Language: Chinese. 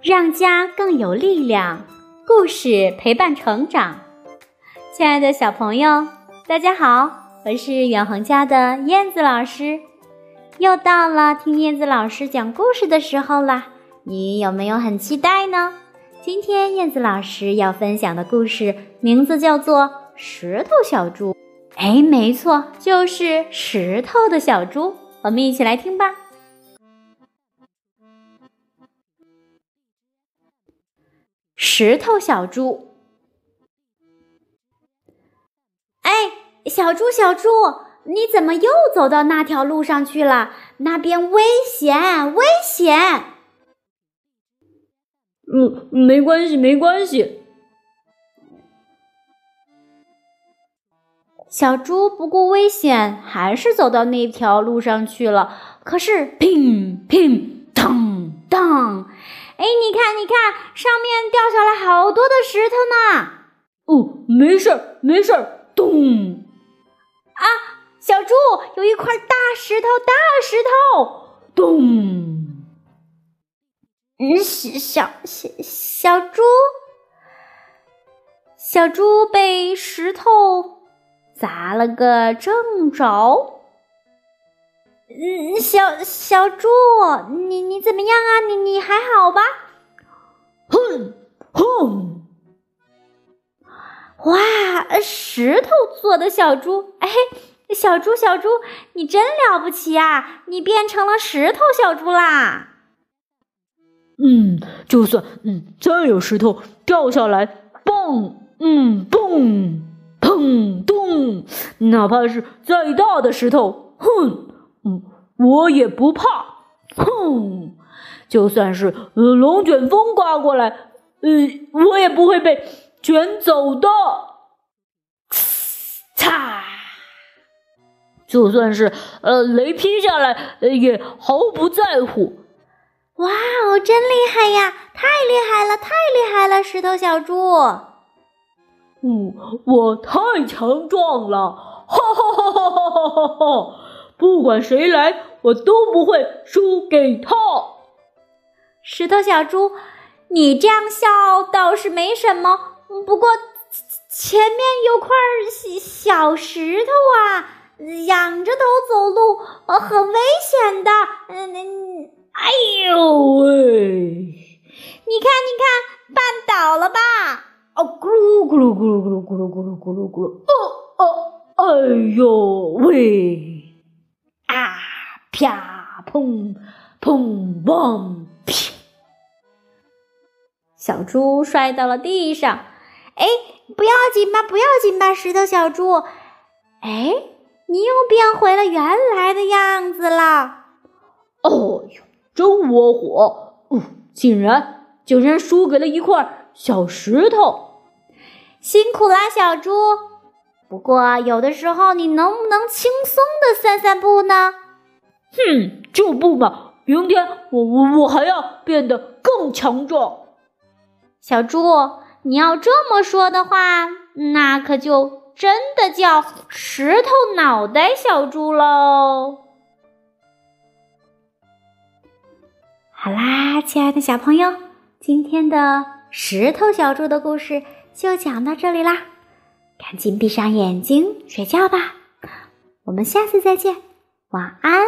让家更有力量，故事陪伴成长。亲爱的小朋友，大家好，我是远恒家的燕子老师。又到了听燕子老师讲故事的时候啦，你有没有很期待呢？今天燕子老师要分享的故事名字叫做《石头小猪》。没错，就是石头的小猪。我们一起来听吧。石头小猪。小猪，你怎么又走到那条路上去了？那边危险，危险！ 没关系。 小猪不顾危险，还是走到那条路上去了。可是，乒乒当当，你看，上面掉下来好多的石头呢。 没事儿，咚！ 小猪，有一块大石头， 咚！ 小猪被石头砸了个正着。小猪，你怎么样啊？你还好吧？ 哼！ 哇，石头做的小猪，小猪，你真了不起啊！你变成了石头小猪啦！ 就算再有石头掉下来，蹦，蹦，砰咚，哪怕是再大的石头，我也不怕。就算是龙卷风刮过来，我也不会被卷走的。嚓！就算是雷劈下来，也毫不在乎。 哇哦，真厉害呀！太厉害了，石头小猪。 我太强壮了，哈！不管谁来，我都不会输给他。 石头小猪，你这样笑倒是没什么，不过前面有块小石头啊，仰着头走路，很危险的。 哎呦喂！ 你看，绊倒了吧？ 咕噜咕噜咕噜咕噜咕噜咕噜咕噜咕噜！哎呦喂！啪砰砰砰啪！ 小猪摔到了地上。不要紧吧，石头小猪。你又变回了原来的样子了。 哦呦，真窝火！竟然输给了一块小石头。 辛苦啦，小猪。不过有的时候你能不能轻松的散步呢？ 就不嘛！明天我还要变得更强壮。 小猪，你要这么说的话，那可就真的叫石头脑袋小猪喽。好啦，亲爱的小朋友，今天的石头小猪的故事就讲到这里啦，赶紧闭上眼睛睡觉吧。我们下次再见，晚安。